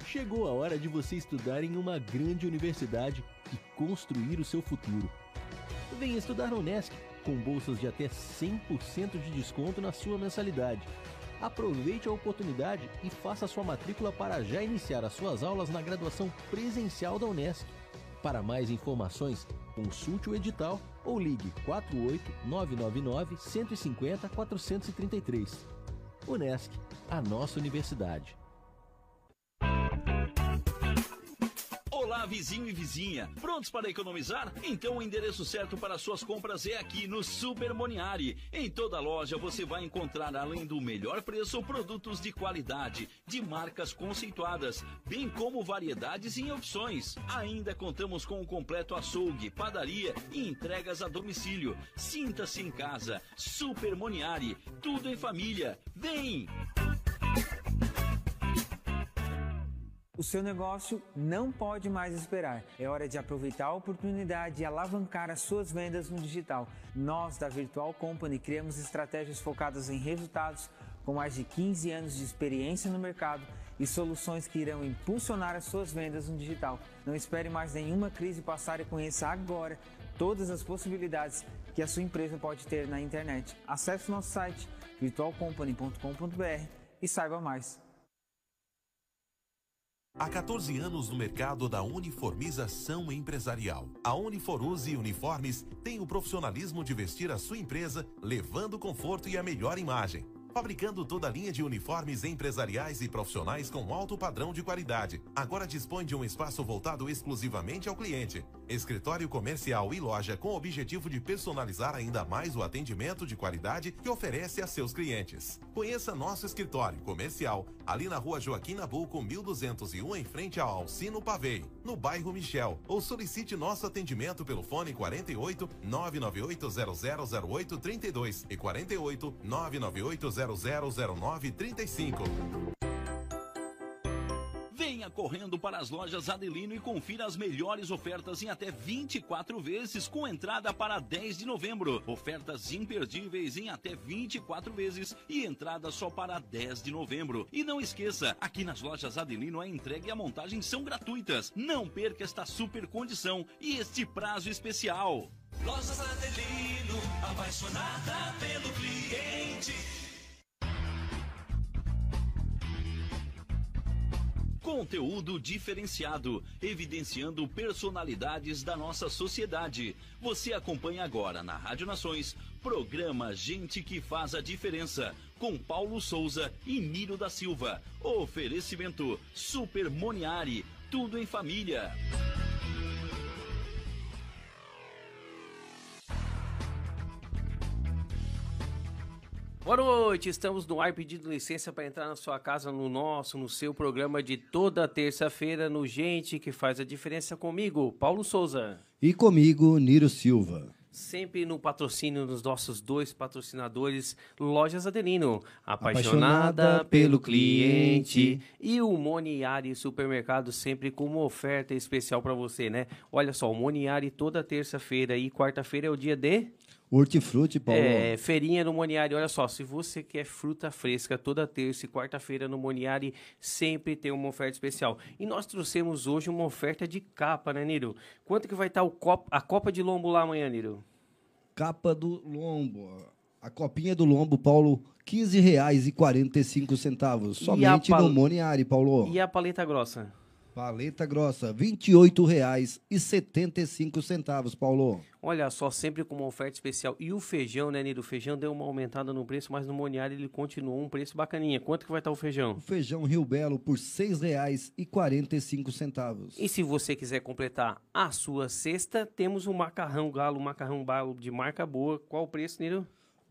Chegou a hora de você estudar em uma grande universidade e construir o seu futuro. Venha estudar na Unesc, com bolsas de até 100% de desconto na sua mensalidade. Aproveite a oportunidade e faça sua matrícula para já iniciar as suas aulas na graduação presencial da Unesc. Para mais informações, consulte o edital ou ligue 48 999 150 433. Unesc, a nossa universidade. Olá, vizinho e vizinha. Prontos para economizar? Então o endereço certo para suas compras é aqui no Super Moniari. Em toda loja você vai encontrar, além do melhor preço, produtos de qualidade, de marcas conceituadas, bem como variedades e opções. Ainda contamos com um completo açougue, padaria e entregas a domicílio. Sinta-se em casa. Super Moniari. Tudo em família. Vem! O seu negócio não pode mais esperar. É hora de aproveitar a oportunidade e alavancar as suas vendas no digital. Nós, da Virtual Company, criamos estratégias focadas em resultados com mais de 15 anos de experiência no mercado e soluções que irão impulsionar as suas vendas no digital. Não espere mais nenhuma crise passar e conheça agora todas as possibilidades que a sua empresa pode ter na internet. Acesse o nosso site virtualcompany.com.br e saiba mais. Há 14 anos no mercado da uniformização empresarial. A Uniforuse Uniformes tem o profissionalismo de vestir a sua empresa, levando conforto e a melhor imagem. Fabricando toda a linha de uniformes empresariais e profissionais com alto padrão de qualidade. Agora dispõe de um espaço voltado exclusivamente ao cliente. Escritório comercial e loja com o objetivo de personalizar ainda mais o atendimento de qualidade que oferece a seus clientes. Conheça nosso escritório comercial ali na rua Joaquim Nabuco, 1201, em frente ao Alcino Pavei, no bairro Michel. Ou solicite nosso atendimento pelo fone 48 998 0008 32 e 48 998 0009 35. Venha correndo para as lojas Adelino e confira as melhores ofertas em até 24 vezes com entrada para 10 de novembro. Ofertas imperdíveis em até 24 vezes e entrada só para 10 de novembro. E não esqueça, aqui nas lojas Adelino a entrega e a montagem são gratuitas. Não perca esta super condição e este prazo especial. Lojas Adelino, apaixonada pelo cliente. Conteúdo diferenciado, evidenciando personalidades da nossa sociedade. Você acompanha agora na Rádio Nações, programa Gente que Faz a Diferença, com Paulo Souza e Miro da Silva. Oferecimento Super Moniari, tudo em família. Boa noite, estamos no ar pedindo licença para entrar na sua casa, no seu programa de toda terça-feira, no Gente que Faz a Diferença, comigo, Paulo Souza. E comigo, Niro Silva. Sempre no patrocínio dos nossos dois patrocinadores, Lojas Adelino, apaixonada pelo cliente, e o Moniari Supermercado, sempre com uma oferta especial para você, né? Olha só, o Moniari toda terça-feira e quarta-feira é o dia de... Hortifruti, Paulo. Feirinha no Moniari. Olha só, se você quer fruta fresca toda terça e quarta-feira no Moniari, sempre tem uma oferta especial. E nós trouxemos hoje uma oferta de capa, né, Niro? Quanto que vai estar a copa de lombo lá amanhã, Niro? Capa do lombo. A copinha do lombo, Paulo, R$ 15,45. Somente no Moniari, Paulo. E a paleta grossa? Paleta grossa, R$ 28,75, Paulo. Olha só, sempre com uma oferta especial. E o feijão, né, Niro? O feijão deu uma aumentada no preço, mas no Moniari ele continuou um preço bacaninha. Quanto que vai estar o feijão? O feijão Rio Belo por R$ 6,45. E se você quiser completar a sua cesta, temos o macarrão galo, de marca boa. Qual o preço, Niro? R$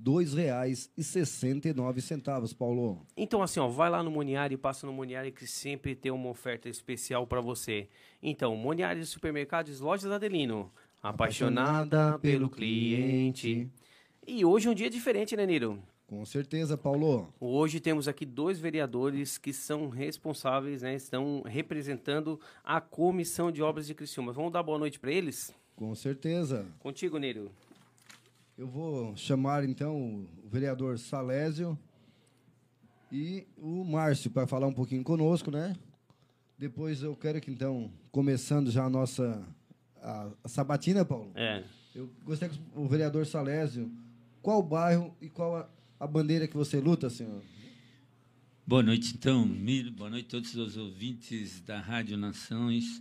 2,69, Paulo. Então, assim, ó, vai lá no Moniari, passa no Moniari que sempre tem uma oferta especial para você. Então, Moniari Supermercados, Lojas Adelino, apaixonada pelo cliente. E hoje é um dia diferente, né, Niro? Com certeza, Paulo. Hoje temos aqui dois vereadores que são responsáveis, né, estão representando a Comissão de Obras de Criciúma. Vamos dar boa noite para eles? Com certeza. Contigo, Niro. Eu vou chamar, então, o vereador Salésio e o Márcio para falar um pouquinho conosco, né? Depois eu quero que, então, começando já a nossa a sabatina, Paulo. Eu gostaria que o vereador Salésio, qual bairro e qual a bandeira que você luta, senhor? Boa noite, então, Miro. Boa noite a todos os ouvintes da Rádio Nações.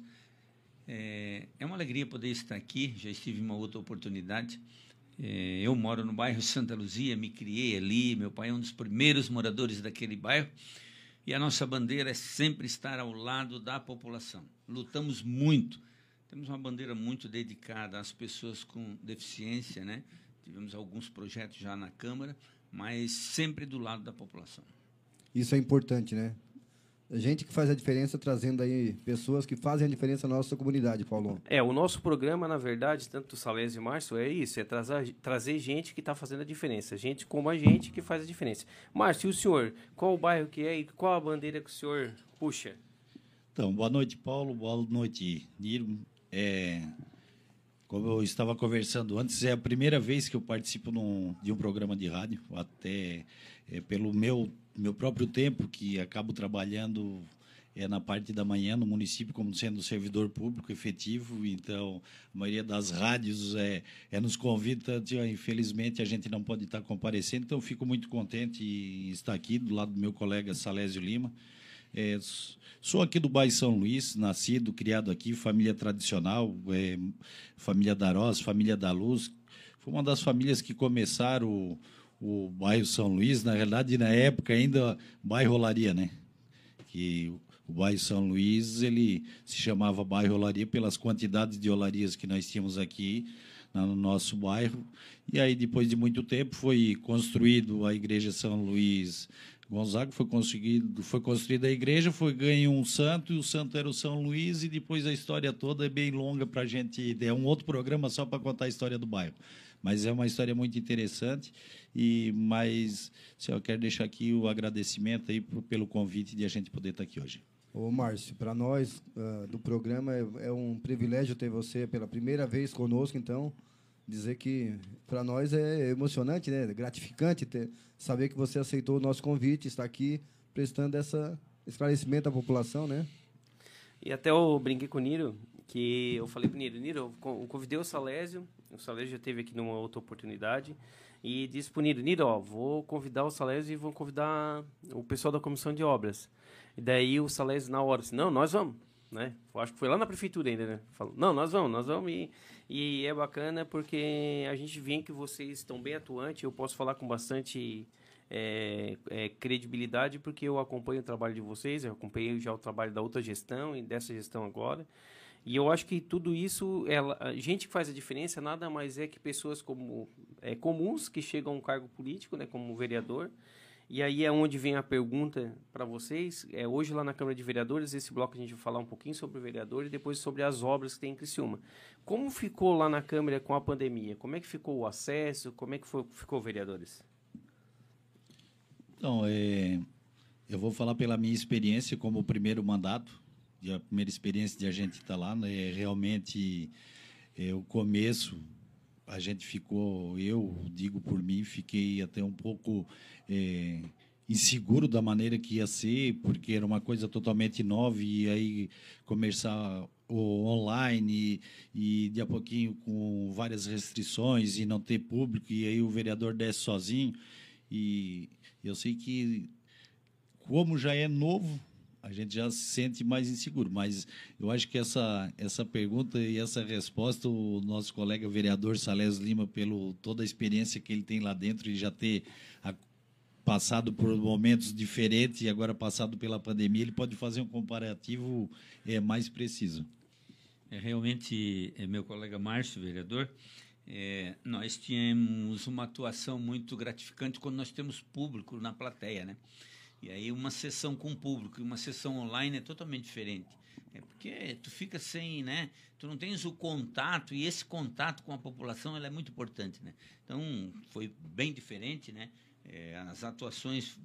É uma alegria poder estar aqui. Já estive em uma outra oportunidade. Eu moro no bairro Santa Luzia, me criei ali. Meu pai é um dos primeiros moradores daquele bairro. E a nossa bandeira é sempre estar ao lado da população. Lutamos muito. Temos uma bandeira muito dedicada às pessoas com deficiência, né? Tivemos alguns projetos já na Câmara, mas sempre do lado da população. Isso é importante, né? A gente que faz a diferença, trazendo aí pessoas que fazem a diferença na nossa comunidade, Paulo. O nosso programa, na verdade, tanto do Salésio e Márcio, é isso, é trazer gente que está fazendo a diferença, gente como a gente que faz a diferença. Márcio, e o senhor, qual o bairro que é e qual a bandeira que o senhor puxa? Então, boa noite, Paulo, boa noite, Niro. Como eu estava conversando antes, é a primeira vez que eu participo de um programa de rádio, até pelo meu próprio tempo, que acabo trabalhando na parte da manhã no município como sendo servidor público efetivo. Então, a maioria das rádios nos convida, infelizmente a gente não pode estar comparecendo, então fico muito contente em estar aqui do lado do meu colega Salésio Lima. Sou aqui do bairro São Luís, nascido, criado aqui, família tradicional, família da Rosa, família da Luz. Foi uma das famílias que começaram o bairro São Luís, na realidade, na época ainda bairro Olaria, né? Que o bairro São Luís, ele se chamava bairro Olaria pelas quantidades de olarias que nós tínhamos aqui no nosso bairro. E aí, depois de muito tempo, foi construído a igreja São Luís Gonzaga, foi construída a igreja, foi ganho um santo, e o santo era o São Luís, e depois a história toda é bem longa para a gente, é um outro programa só para contar a história do bairro. Mas é uma história muito interessante, mas eu quero deixar aqui o agradecimento aí pelo convite de a gente poder estar aqui hoje. Ô, Márcio, para nós do programa é um privilégio ter você pela primeira vez conosco, então dizer que para nós é emocionante, né? Gratificante saber que você aceitou o nosso convite, está aqui prestando esse esclarecimento à população, né? E até eu brinquei com o Niro, que eu falei para o Niro, eu convidei o Salésio já esteve aqui numa outra oportunidade, e disse para o Niro, vou convidar o Salésio e vou convidar o pessoal da comissão de obras. E daí o Salésio na hora disse, não, nós vamos, né? Eu acho que foi lá na prefeitura ainda, né? Falou, não, nós vamos e é bacana porque a gente vê que vocês estão bem atuantes, eu posso falar com bastante credibilidade porque eu acompanho o trabalho de vocês, eu acompanhei já o trabalho da outra gestão e dessa gestão agora, e eu acho que tudo isso, a gente que faz a diferença nada mais é que pessoas comuns que chegam a um cargo político, né, como vereador. E aí é onde vem a pergunta para vocês. Hoje lá na Câmara de Vereadores, esse bloco a gente vai falar um pouquinho sobre o vereador e depois sobre as obras que tem em Criciúma. Como ficou lá na Câmara com a pandemia? Como é que ficou o acesso? Como é que ficou, vereadores? Então, eu vou falar pela minha experiência como primeiro mandato, a primeira experiência de a gente estar lá, né? Realmente, o começo... A gente ficou, eu digo por mim, fiquei até um pouco inseguro da maneira que ia ser, porque era uma coisa totalmente nova, e aí começar o online e de a pouquinho com várias restrições e não ter público, e aí o vereador desce sozinho. E eu sei que, como já é novo, a gente já se sente mais inseguro, mas eu acho que essa pergunta e essa resposta, o nosso colega vereador Salésio Lima, pelo toda a experiência que ele tem lá dentro e já ter passado por momentos diferentes e agora passado pela pandemia, ele pode fazer um comparativo mais preciso. Realmente, meu colega Márcio, vereador, nós tínhamos uma atuação muito gratificante quando nós temos público na plateia, né? E aí uma sessão com público e uma sessão online é totalmente diferente. Porque tu fica sem, né? Tu não tens o contato, e esse contato com a população é muito importante, né? Então, foi bem diferente, né? As atuações,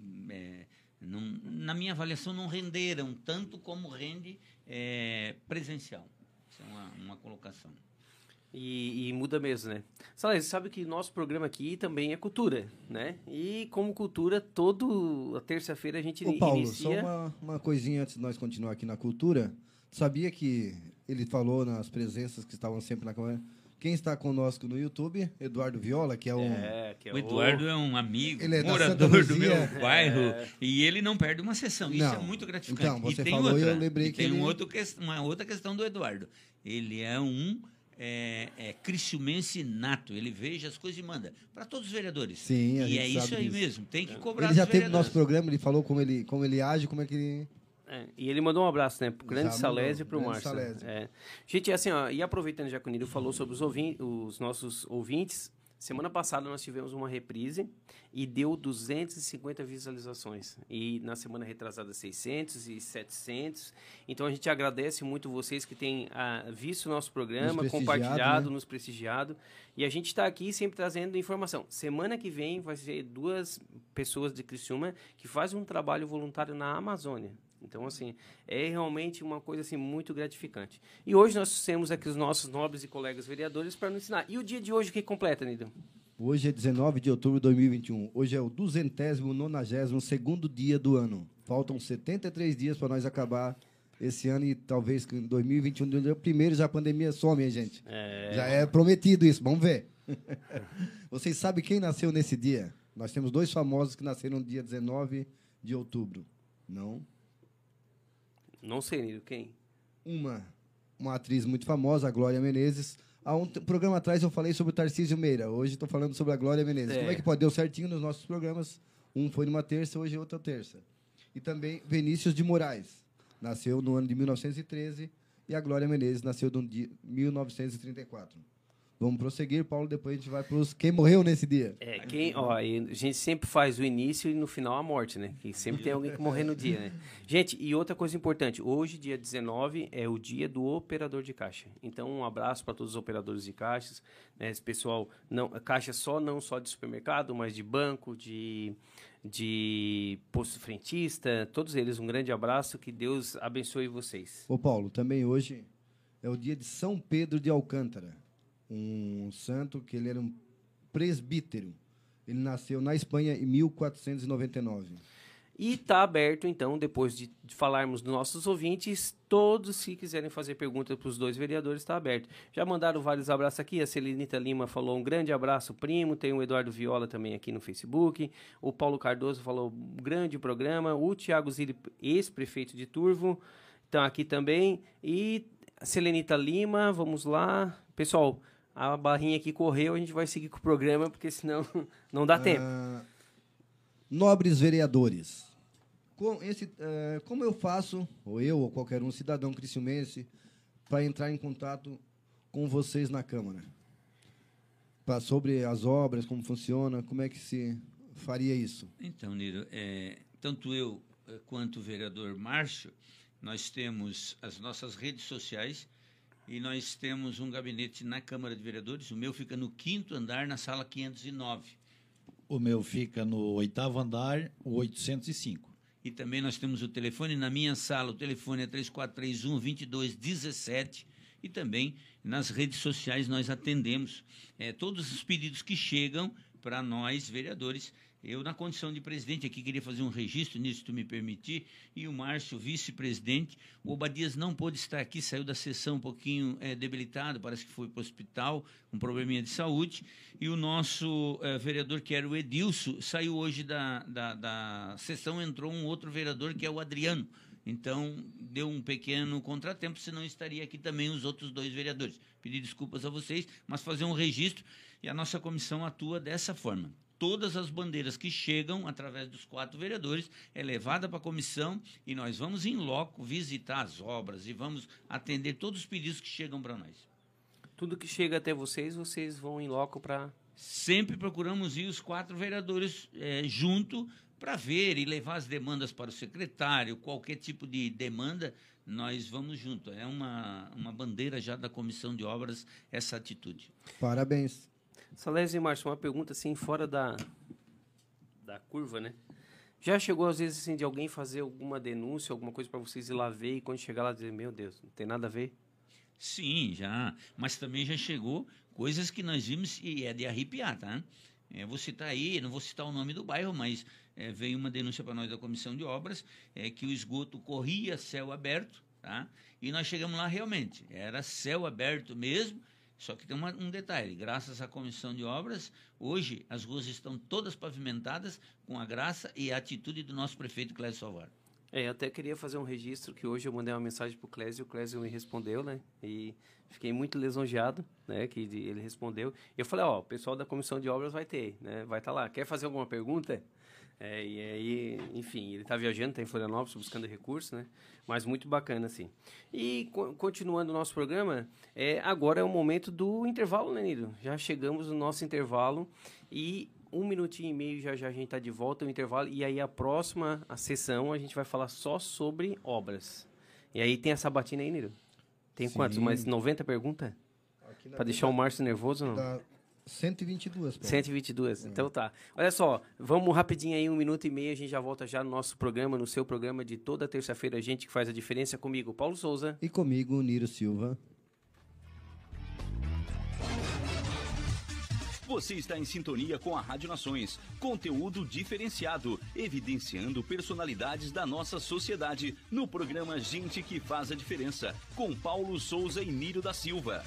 na minha avaliação, não renderam tanto como rende presencial. Isso é uma colocação. E muda mesmo, né? Salésio, sabe que nosso programa aqui também é cultura, né? E como cultura, toda terça-feira a gente Paulo, inicia... só uma coisinha antes de nós continuar aqui na cultura. Sabia que ele falou nas presenças que estavam sempre na câmera? Quem está conosco no YouTube, Eduardo Viola, que é um... O Eduardo é um amigo, Ele é da morador Santa do meu Luzia. bairro, e ele não perde uma sessão. Isso Não. é muito gratificante. Então, você e tem falou outra, e eu lembrei que tem ele- uma outra questão do Eduardo. Ele é um criciumense nato. Ele veja as coisas e manda. Para todos os vereadores. Sim, a e gente é isso sabe aí disso. mesmo. Tem que cobrar Ele já dos teve no vereadores. nosso programa, ele falou como ele age, como é que ele... E ele mandou um abraço, né? Pro grande Já Salésio e mandou, pro grande Márcio. Salésio. Gente, assim, ó, e aproveitando já que o Nilo falou sobre os nossos ouvintes, semana passada nós tivemos uma reprise e deu 250 visualizações. E na semana retrasada 600 e 700. Então a gente agradece muito vocês que têm visto o nosso programa, Nos prestigiado, compartilhado, né? nos prestigiado. E a gente está aqui sempre trazendo informação. Semana que vem vai ser 2 pessoas de Criciúma que fazem um trabalho voluntário na Amazônia. Então, assim, é realmente uma coisa assim, muito gratificante. E hoje nós temos aqui os nossos nobres e colegas vereadores para nos ensinar. E o dia de hoje, o que completa, Nido? Hoje é 19 de outubro de 2021. Hoje é o 292º dia do ano. Faltam 73 dias para nós acabar esse ano e talvez em 2021, no dia primeiro, já a pandemia some, hein, gente? Já é prometido isso, vamos ver. Vocês sabem quem nasceu nesse dia? Nós temos 2 famosos que nasceram no dia 19 de outubro. Não? Não sei, Nido, quem? Uma atriz muito famosa, a Glória Menezes. Há um programa atrás eu falei sobre o Tarcísio Meira. Hoje estou falando sobre a Glória Menezes. Como é que pode? Deu certinho nos nossos programas. Um foi numa terça, hoje é outra terça. E também Vinícius de Moraes. Nasceu no ano de 1913 e a Glória Menezes nasceu no dia 1934. Vamos prosseguir, Paulo, depois a gente vai para os quem morreu nesse dia. A gente sempre faz o início e no final a morte, né? Que sempre tem alguém que morrer no dia, né? Gente, e outra coisa importante, hoje, dia 19, é o dia do operador de caixa. Então, um abraço para todos os operadores de caixas, né? Esse pessoal, caixa não só de supermercado, mas de banco, de posto frentista, todos eles, um grande abraço, que Deus abençoe vocês. Ô, Paulo, também hoje é o dia de São Pedro de Alcântara. Um santo que ele era um presbítero. Ele nasceu na Espanha em 1499. E está aberto, então, depois de falarmos dos nossos ouvintes, todos que quiserem fazer perguntas para os 2 vereadores, está aberto. Já mandaram vários abraços aqui, a Celinita Lima falou um grande abraço, primo, tem o Eduardo Viola também aqui no Facebook, o Paulo Cardoso falou um grande programa, o Tiago Zilli, ex-prefeito de Turvo, estão aqui também, e a Celinita Lima, vamos lá. Pessoal, a barrinha aqui correu, a gente vai seguir com o programa, porque senão não dá tempo. Nobres vereadores, como eu faço, ou eu ou qualquer um cidadão criciumense, para entrar em contato com vocês na Câmara? Sobre as obras, como funciona, como é que se faria isso? Então, Niro, tanto eu quanto o vereador Márcio, nós temos as nossas redes sociais e nós temos um gabinete na Câmara de Vereadores. O meu fica no 5º andar, na sala 509. O meu fica no 8º andar, o 805. E também nós temos o telefone na minha sala, o telefone é 3431-2217. E também nas redes sociais nós atendemos todos os pedidos que chegam para nós, vereadores. Eu, na condição de presidente, aqui queria fazer um registro nisso, se tu me permitir, e o Márcio, vice-presidente. O Obadias não pôde estar aqui, saiu da sessão um pouquinho debilitado, parece que foi para o hospital, um probleminha de saúde. E o nosso vereador, que era o Edilson, saiu hoje da sessão, entrou um outro vereador, que é o Adriano. Então, deu um pequeno contratempo, senão estaria aqui também os outros 2 vereadores. Pedir desculpas a vocês, mas fazer um registro, e a nossa comissão atua dessa forma. Todas as bandeiras que chegam através dos 4 vereadores é levada para a comissão e nós vamos em loco visitar as obras e vamos atender todos os pedidos que chegam para nós. Tudo que chega até vocês vão em loco para... Sempre procuramos ir os 4 vereadores junto para ver e levar as demandas para o secretário, qualquer tipo de demanda, nós vamos junto. É uma bandeira já da comissão de obras essa atitude. Parabéns. Salésio e Márcio, uma pergunta assim, fora da curva, né? Já chegou, às vezes, assim, de alguém fazer alguma denúncia, alguma coisa para vocês ir lá ver e quando chegar lá dizer, meu Deus, não tem nada a ver? Sim, já. Mas também já chegou coisas que nós vimos e é de arrepiar, tá? Vou citar aí, não vou citar o nome do bairro, mas veio uma denúncia para nós da Comissão de Obras, que o esgoto corria céu aberto, tá? E nós chegamos lá realmente, era céu aberto mesmo, só que tem um detalhe, graças à Comissão de Obras, hoje as ruas estão todas pavimentadas com a graça e a atitude do nosso prefeito Clésio Salvar. Eu até queria fazer um registro, que hoje eu mandei uma mensagem para o Clésio me respondeu, né? E fiquei muito lisonjeado, né? Que ele respondeu. E eu falei, o pessoal da Comissão de Obras vai ter, né? Vai estar lá. Quer fazer alguma pergunta? E aí, enfim, ele está viajando, está em Florianópolis, buscando recursos, né? Mas muito bacana, assim. E continuando o nosso programa, agora é o momento do intervalo, né, Nilo? Já chegamos no nosso intervalo e 1 minutinho e meio já a gente está de volta no intervalo. E aí a sessão a gente vai falar só sobre obras. E aí tem a sabatina aí, Nilo? Tem quantos? Mais 90 perguntas? Para deixar o Márcio nervoso ou não? Dá 122. Paulo. 122, então tá. Olha só, vamos rapidinho aí, 1 minuto e meio, a gente já volta já no nosso programa, no seu programa de toda terça-feira, a gente que faz a diferença comigo, Paulo Souza. E comigo, Niro Silva. Você está em sintonia com a Rádio Nações. Conteúdo diferenciado, evidenciando personalidades da nossa sociedade no programa Gente que Faz a Diferença, com Paulo Souza e Nírio da Silva.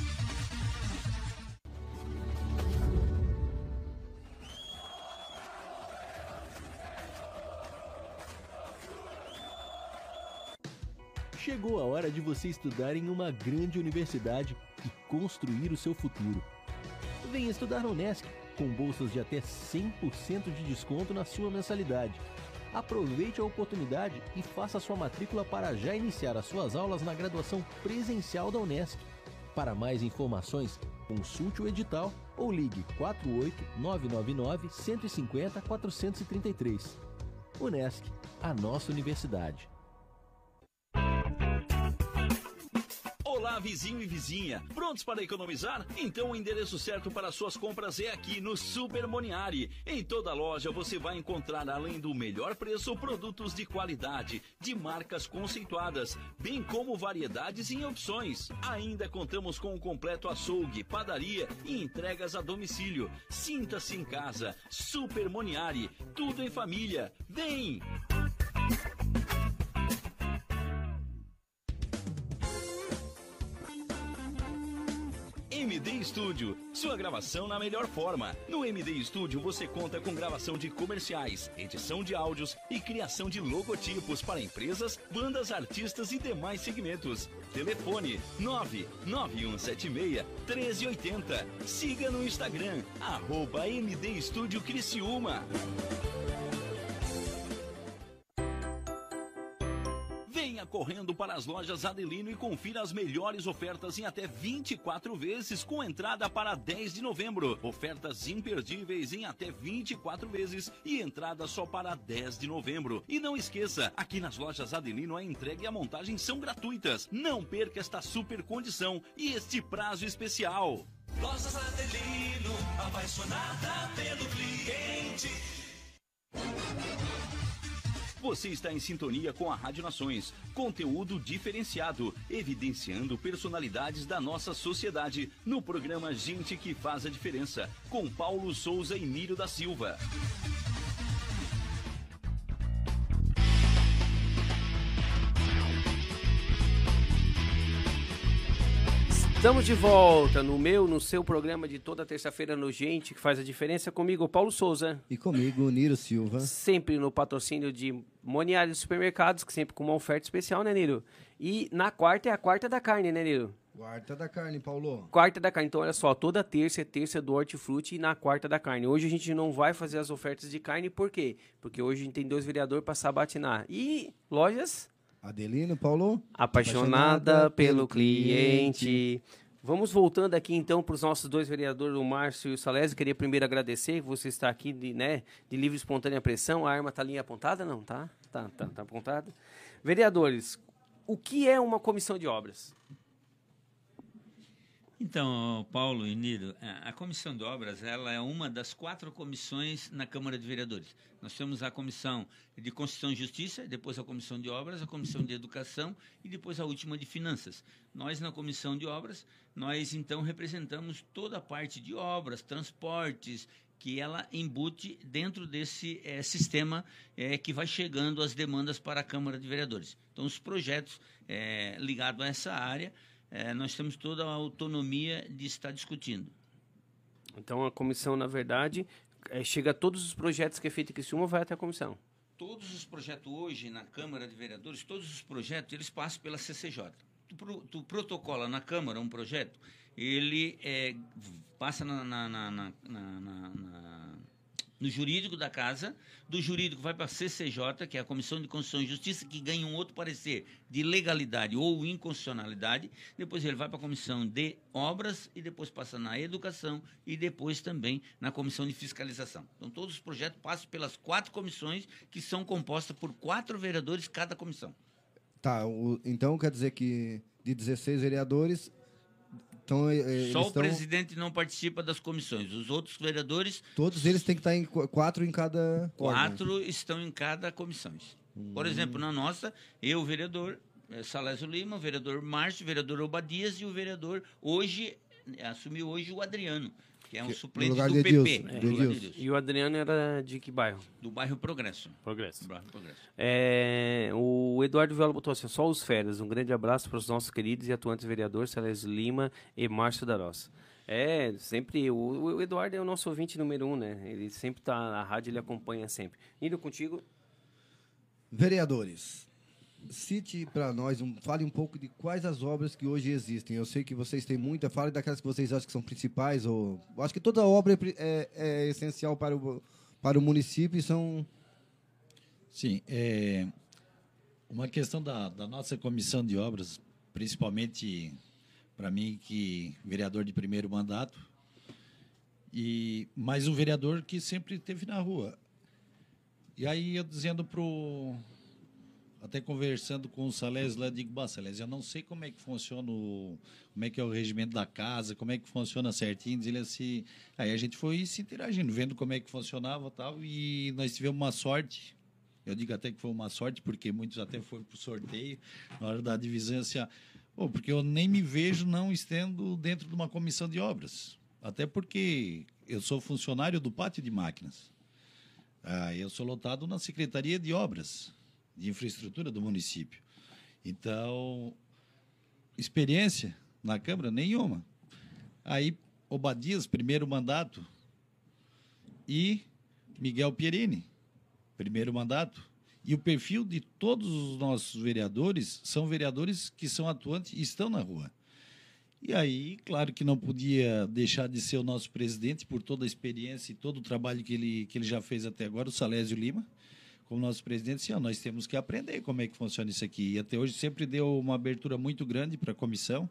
Chegou a hora de você estudar em uma grande universidade e construir o seu futuro. Venha estudar na Unesc, com bolsas de até 100% de desconto na sua mensalidade. Aproveite a oportunidade e faça sua matrícula para já iniciar as suas aulas na graduação presencial da Unesc. Para mais informações, consulte o edital ou ligue 48-999-150-433. Unesc, a nossa universidade. Olá, vizinho e vizinha. Prontos para economizar? Então o endereço certo para suas compras é aqui no Super Moniari. Em toda loja você vai encontrar, além do melhor preço, produtos de qualidade, de marcas conceituadas, bem como variedades em opções. Ainda contamos com um completo açougue, padaria e entregas a domicílio. Sinta-se em casa. Super Moniari. Tudo em família. Vem! MD Studio, sua gravação na melhor forma. No MD Studio você conta com gravação de comerciais, edição de áudios e criação de logotipos para empresas, bandas, artistas e demais segmentos. Telefone 99176-1380. Siga no Instagram, @MD Studio Criciúma. Venha correndo para as lojas Adelino e confira as melhores ofertas em até 24 vezes com entrada para 10 de novembro. Ofertas imperdíveis em até 24 vezes e entrada só para 10 de novembro. E não esqueça, aqui nas lojas Adelino a entrega e a montagem são gratuitas. Não perca esta super condição e este prazo especial. Lojas Adelino, apaixonada pelo cliente. Você está em sintonia com a Rádio Nações. Conteúdo diferenciado, evidenciando personalidades da nossa sociedade no programa Gente que Faz a Diferença, com Paulo Souza e Nírio da Silva. Estamos de volta no seu programa de toda terça-feira no Gente que Faz a Diferença, comigo, Paulo Souza. E comigo, Niro Silva. Sempre no patrocínio de Moniari Supermercados, que sempre com uma oferta especial, né, Niro? E na quarta é a quarta da carne, né, Niro? Quarta da carne, Paulo. Quarta da carne. Então, olha só, toda terça é terça do hortifruti e na quarta da carne. Hoje a gente não vai fazer as ofertas de carne, por quê? Porque hoje a gente tem 2 vereadores para sabatinar. E lojas... Adelino, Paulo. Apaixonada pelo cliente. Vamos voltando aqui então para os nossos 2 vereadores, o Márcio e o Salésio. Queria primeiro agradecer que você está aqui de livre e espontânea pressão. A arma está ali apontada? Não, tá? Tá apontada. Vereadores, o que é uma comissão de obras? Então, Paulo e Nilo, a Comissão de Obras ela é uma das 4 comissões na Câmara de Vereadores. Nós temos a Comissão de Constituição e Justiça, depois a Comissão de Obras, a Comissão de Educação e depois a última de Finanças. Nós, na Comissão de Obras, nós, então, representamos toda a parte de obras, transportes, que ela embute dentro desse sistema que vai chegando as demandas para a Câmara de Vereadores. Então, os projetos ligados a essa área, nós temos toda a autonomia de estar discutindo. Então, a comissão, na verdade, chega a todos os projetos que é feito em Criciúma, vai até a comissão. Todos os projetos hoje na Câmara de Vereadores, todos os projetos, eles passam pela CCJ. Tu protocola na Câmara um projeto, ele passa no jurídico da casa, do jurídico vai para a CCJ, que é a Comissão de Constituição e Justiça, que ganha um outro parecer de legalidade ou inconstitucionalidade, depois ele vai para a Comissão de Obras e depois passa na Educação e depois também na Comissão de Fiscalização. Então, todos os projetos passam pelas 4 comissões, que são compostas por 4 vereadores cada comissão. Tá, então quer dizer que de 16 vereadores... Então, só o presidente não participa das comissões. Os outros vereadores... Todos eles têm que estar em 4 em cada... 4 estão em cada comissão. Por exemplo, na nossa, eu, vereador Salésio Lima, o vereador Márcio, o vereador Obadias e o vereador, assumiu hoje o Adriano, que é um suplente do PP. E o Adriano era de que bairro? Do bairro Progresso. Progresso. O Eduardo Viola botou assim, só os férias. Um grande abraço para os nossos queridos e atuantes vereadores Salésio Lima e Márcio da Roça. Sempre, o Eduardo é o nosso ouvinte número 1, né? Ele sempre está na rádio, ele acompanha sempre. Indo contigo. Vereadores, cite para nós, fale um pouco de quais as obras que hoje existem. Eu sei que vocês têm muita, fale daquelas que vocês acham que são principais. Eu acho que toda obra é essencial para o município e são... Sim, uma questão da nossa comissão de obras, principalmente para mim, que vereador de primeiro mandato, mas um vereador que sempre esteve na rua. E aí eu dizendo até conversando com o Salésio lá, eu digo, Salésio, eu não sei como é que funciona, como é que é o regimento da casa, como é que funciona certinho, diz ele assim, aí a gente foi se interagindo, vendo como é que funcionava e tal, e nós tivemos uma sorte, eu digo até que foi uma sorte, porque muitos até foram para o sorteio, na hora da divisão, assim, porque eu nem me vejo não estando dentro de uma comissão de obras, até porque eu sou funcionário do pátio de máquinas. Eu sou lotado na Secretaria de Obras, de Infraestrutura do município. Então, experiência na Câmara, nenhuma. Aí, Obadias, primeiro mandato, e Miguel Pierini, primeiro mandato. E o perfil de todos os nossos vereadores são vereadores que são atuantes e estão na rua. E aí, claro que não podia deixar de ser o nosso presidente por toda a experiência e todo o trabalho que ele já fez até agora, o Salésio Lima, como nosso presidente, sim, nós temos que aprender como é que funciona isso aqui. E até hoje sempre deu uma abertura muito grande para a comissão.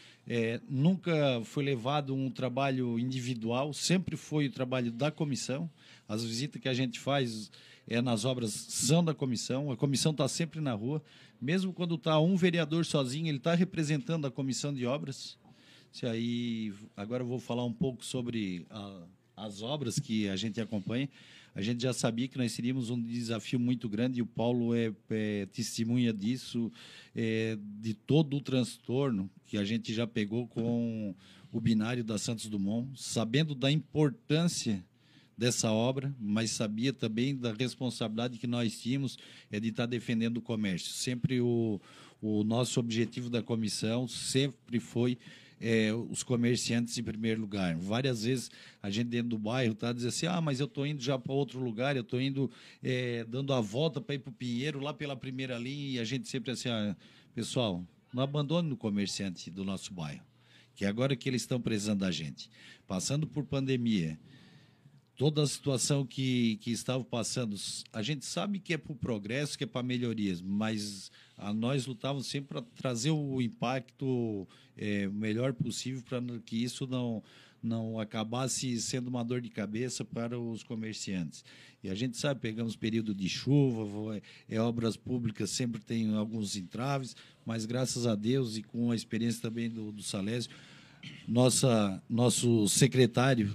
Nunca foi levado um trabalho individual, sempre foi o trabalho da comissão. As visitas que a gente faz nas obras são da comissão, a comissão está sempre na rua. Mesmo quando está um vereador sozinho, ele está representando a comissão de obras. Agora eu vou falar um pouco sobre as obras que a gente acompanha. A gente já sabia que nós teríamos um desafio muito grande, e o Paulo é testemunha disso, de todo o transtorno que a gente já pegou com o binário da Santos Dumont, sabendo da importância dessa obra, mas sabia também da responsabilidade que nós tínhamos de estar defendendo o comércio. Sempre o nosso objetivo da comissão sempre foi os comerciantes em primeiro lugar. Várias vezes a gente dentro do bairro está dizendo assim, mas eu estou indo já para outro lugar, eu estou indo dando a volta para ir para o Pinheiro, lá pela primeira linha, e a gente sempre assim, pessoal, não abandone o comerciante do nosso bairro, que agora que eles estão precisando da gente. Passando por pandemia, toda a situação que estava passando, a gente sabe que é para o progresso, que é para melhorias, mas nós lutávamos sempre para trazer o impacto melhor possível para que isso não acabasse sendo uma dor de cabeça para os comerciantes. E a gente sabe, pegamos período de chuva, obras públicas sempre tem alguns entraves, mas graças a Deus e com a experiência também do Salésio, Nosso secretário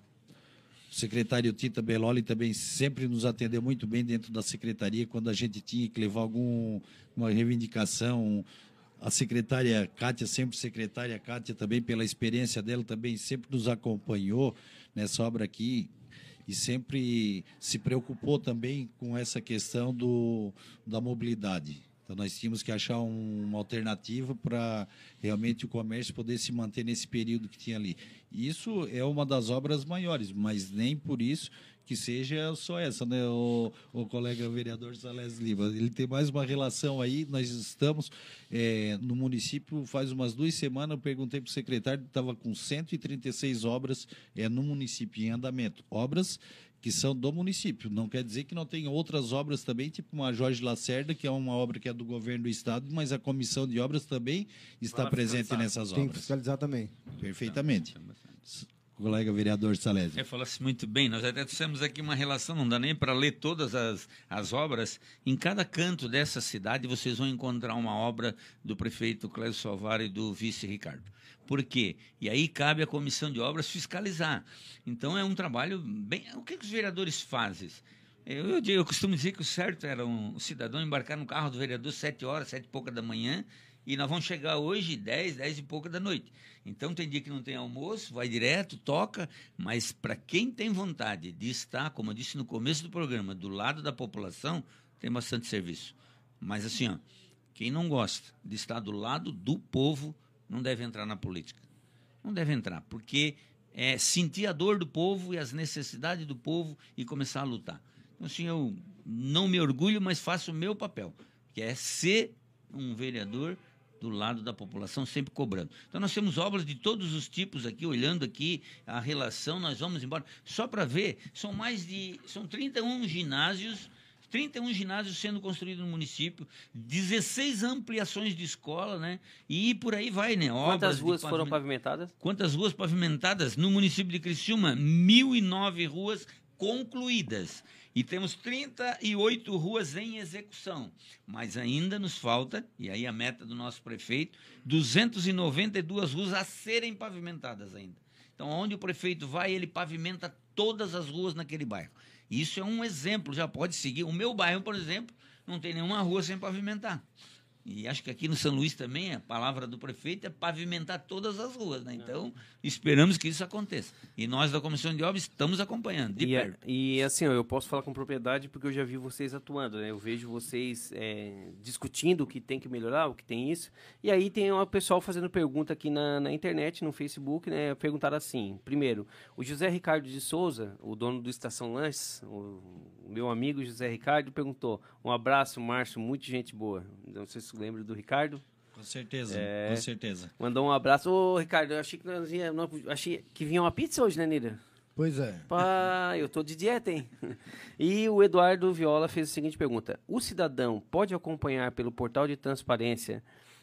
Tita Belloli também sempre nos atendeu muito bem dentro da secretaria quando a gente tinha que levar uma reivindicação. A secretária Kátia, sempre secretária Kátia também, pela experiência dela, também sempre nos acompanhou nessa obra aqui e sempre se preocupou também com essa questão da mobilidade. Então, nós tínhamos que achar uma alternativa para realmente o comércio poder se manter nesse período que tinha ali. E isso é uma das obras maiores, mas nem por isso que seja só essa, né? O colega vereador Salés Lima. Ele tem mais uma relação aí. Nós estamos no município, faz umas 2 semanas, eu perguntei para o secretário, estava com 136 obras no município em andamento. Obras que são do município. Não quer dizer que não tenha outras obras também, tipo uma Jorge Lacerda, que é uma obra que é do governo do estado, mas a comissão de obras também está presente nessas obras. Tem que fiscalizar também. Perfeitamente. Colega vereador Salésio. Fala-se muito bem, nós até temos aqui uma relação, não dá nem para ler todas as obras. Em cada canto dessa cidade vocês vão encontrar uma obra do prefeito Clésio Salvar e do vice Ricardo. Por quê? E aí cabe à comissão de obras fiscalizar. Então é um trabalho bem... O que os vereadores fazem? Eu costumo dizer que o certo era o cidadão embarcar no carro do vereador 7 horas, 7 e pouca da manhã, e nós vamos chegar hoje 10 e pouca da noite. Então tem dia que não tem almoço, vai direto, toca, mas para quem tem vontade de estar, como eu disse no começo do programa, do lado da população, tem bastante serviço. Mas assim, ó, quem não gosta de estar do lado do povo, não deve entrar na política. Não deve entrar, porque é sentir a dor do povo e as necessidades do povo e começar a lutar. Então, assim, eu não me orgulho, mas faço o meu papel, que é ser um vereador do lado da população, sempre cobrando. Então, nós temos obras de todos os tipos aqui, olhando aqui a relação, nós vamos embora. Só para ver, são 31 ginásios sendo construídos no município, 16 ampliações de escola, né? E por aí vai, né? Quantas ruas foram pavimentadas? Quantas ruas pavimentadas? No município de Criciúma, 1.009 ruas concluídas. E temos 38 ruas em execução. Mas ainda nos falta, e aí a meta do nosso prefeito, 292 ruas a serem pavimentadas ainda. Então, onde o prefeito vai, ele pavimenta todas as ruas naquele bairro. Isso é um exemplo, já pode seguir. O meu bairro, por exemplo, não tem nenhuma rua sem pavimentar. E acho que aqui no São Luís também a palavra do prefeito é pavimentar todas as ruas, né? Então, esperamos que isso aconteça. E nós da Comissão de Obras estamos acompanhando de perto. E assim, eu posso falar com propriedade porque eu já vi vocês atuando, né? Eu vejo vocês discutindo o que tem que melhorar, o que tem isso. E aí tem o pessoal fazendo pergunta aqui na internet, no Facebook, né? Perguntaram assim, primeiro, o José Ricardo de Souza, o dono do Estação Lanches, o meu amigo José Ricardo, perguntou, um abraço, Márcio, muita gente boa. Não sei se você lembra do Ricardo. Com certeza, com certeza. Mandou um abraço. Ô, Ricardo, eu achei que achei que vinha uma pizza hoje, né, Nira? Pois é. Pá, eu tô de dieta, hein? E o Eduardo Viola fez a seguinte pergunta. O cidadão pode acompanhar pelo portal de transparência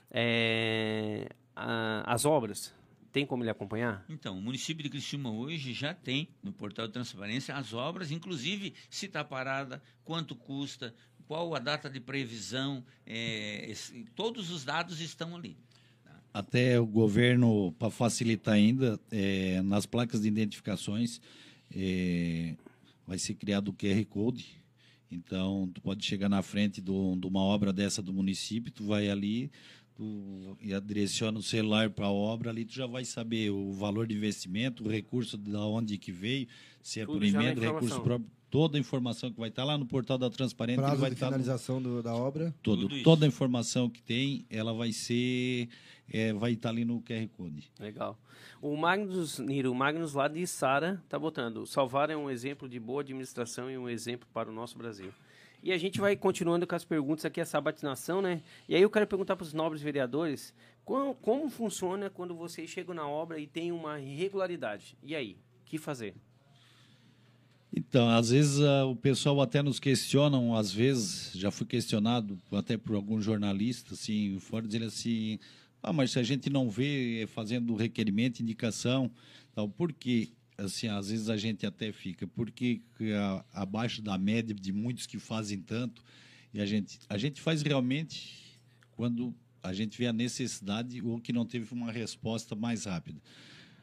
as obras? Tem como ele acompanhar? Então, o município de Criciúma hoje já tem no portal de transparência as obras, inclusive se está parada, quanto custa, qual a data de previsão, todos os dados estão ali. Até o governo, para facilitar ainda, nas placas de identificações, vai ser criado o QR Code. Então, tu pode chegar na frente de uma obra dessa do município, tu vai ali, e direciona o celular para a obra, ali tu já vai saber o valor de investimento, o recurso de onde que veio, se é por emenda, recurso próprio, toda a informação que vai estar lá no portal da Transparência. Prazo vai de estar finalização da obra. Toda a informação que tem, ela vai estar ali no QR Code. Legal. O Magnus lá de Sara está botando, Salvar é um exemplo de boa administração e um exemplo para o nosso Brasil. E a gente vai continuando com as perguntas aqui, a sabatinação, né? E aí eu quero perguntar para os nobres vereadores, como funciona quando vocês chegam na obra e tem uma irregularidade? E aí, o que fazer? Então, às vezes o pessoal até nos questiona, às vezes, já fui questionado até por algum jornalista, assim, fora dizendo assim, mas se a gente não vê fazendo requerimento, indicação, tal, por quê? Assim, às vezes a gente até fica, porque abaixo da média de muitos que fazem tanto, e a gente faz realmente quando a gente vê a necessidade ou que não teve uma resposta mais rápida.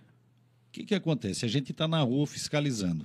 que acontece? A gente está na rua fiscalizando.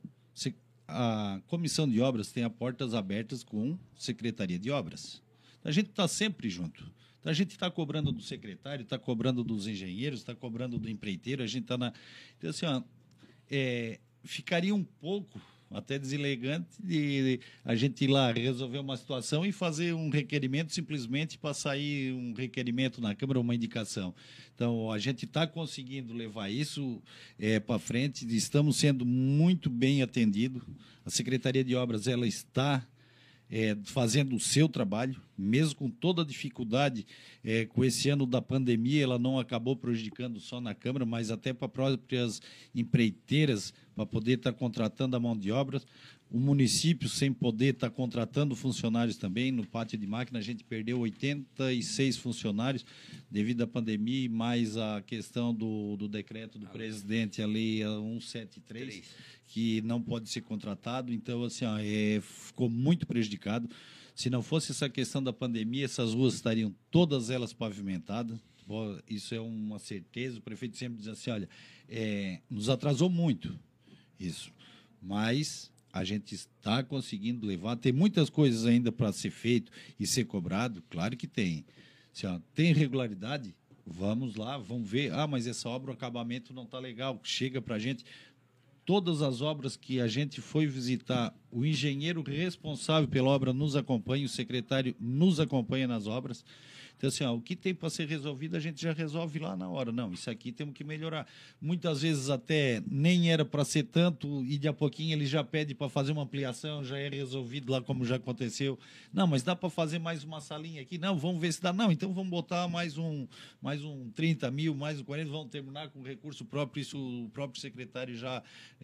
A comissão de obras tem as portas abertas com Secretaria de Obras. A gente está sempre junto. Então, a gente está cobrando do secretário, está cobrando dos engenheiros, está cobrando do empreiteiro, a gente está na... Então, assim, ficaria um pouco até deselegante de a gente ir lá resolver uma situação e fazer um requerimento simplesmente para sair um requerimento na Câmara, uma indicação. Então, a gente está conseguindo levar isso para frente, estamos sendo muito bem atendidos. A Secretaria de Obras ela está fazendo o seu trabalho, mesmo com toda a dificuldade, com esse ano da pandemia, ela não acabou prejudicando só na Câmara, mas até para próprias empreiteiras, para poder estar contratando a mão de obras. O município, sem poder estar contratando funcionários também, no pátio de máquina, a gente perdeu 86 funcionários devido à pandemia, mais a questão do decreto do presidente, a lei 173, que não pode ser contratado. Então, assim, ficou muito prejudicado. Se não fosse essa questão da pandemia, essas ruas estariam todas elas pavimentadas. Isso é uma certeza. O prefeito sempre diz assim, olha, nos atrasou muito isso, mas a gente está conseguindo levar. Tem muitas coisas ainda para ser feito e ser cobrado, claro que tem. Tem irregularidade? Vamos lá, vamos ver. Mas essa obra, o acabamento não está legal. Chega para a gente. Todas as obras que a gente foi visitar, o engenheiro responsável pela obra nos acompanha, o secretário nos acompanha nas obras. Então, assim, o que tem para ser resolvido, a gente já resolve lá na hora. Não, isso aqui temos que melhorar. Muitas vezes até nem era para ser tanto e de a pouquinho ele já pede para fazer uma ampliação, já é resolvido lá como já aconteceu. Não, mas dá para fazer mais uma salinha aqui? Não, vamos ver se dá. Não, então vamos botar mais um 30 mil, mais um 40, vamos terminar com recurso próprio. Isso o próprio secretário já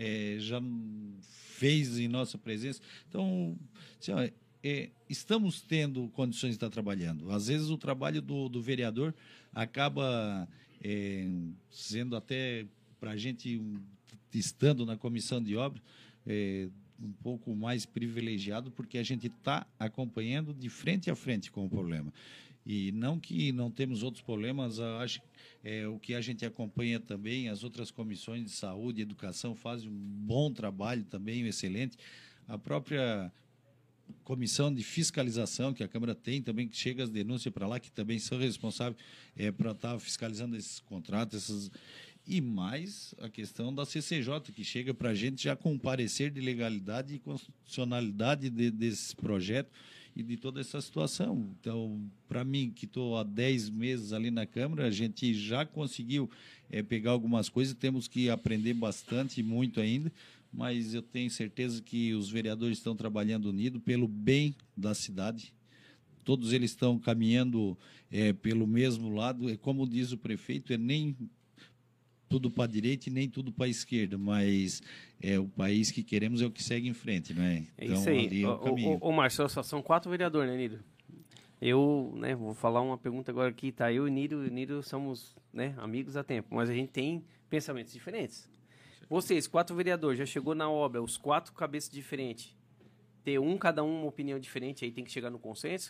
fez em nossa presença. Então, assim, estamos tendo condições de estar trabalhando. Às vezes o trabalho do vereador acaba sendo até, para a gente, estando na comissão de obras, um pouco mais privilegiado, porque a gente está acompanhando de frente a frente com o problema. E não que não temos outros problemas, acho que o que a gente acompanha também, as outras comissões de saúde e educação fazem um bom trabalho também, excelente. A própria comissão de fiscalização que a Câmara tem também, que chega as denúncias para lá, que também são responsáveis para estar fiscalizando esses contratos, e mais a questão da CCJ, que chega para a gente já com um parecer de legalidade e constitucionalidade desse projeto e de toda essa situação. Então, para mim, que estou há 10 meses ali na Câmara, a gente já conseguiu pegar algumas coisas, temos que aprender bastante, muito ainda, mas eu tenho certeza que os vereadores estão trabalhando unidos pelo bem da cidade. Todos eles estão caminhando pelo mesmo lado. Como diz o prefeito, nem tudo para a direita e nem tudo para a esquerda, mas o país que queremos é o que segue em frente, não é? Então, isso aí. Ô, Márcio, são 4 vereadores, né, Nido? Eu, vou falar uma pergunta agora aqui, tá? Eu e o Nido somos, amigos há tempo, mas a gente tem pensamentos diferentes. Vocês, 4 vereadores, já chegou na obra, os 4 cabeças diferentes, ter cada um uma opinião diferente, aí tem que chegar no consenso?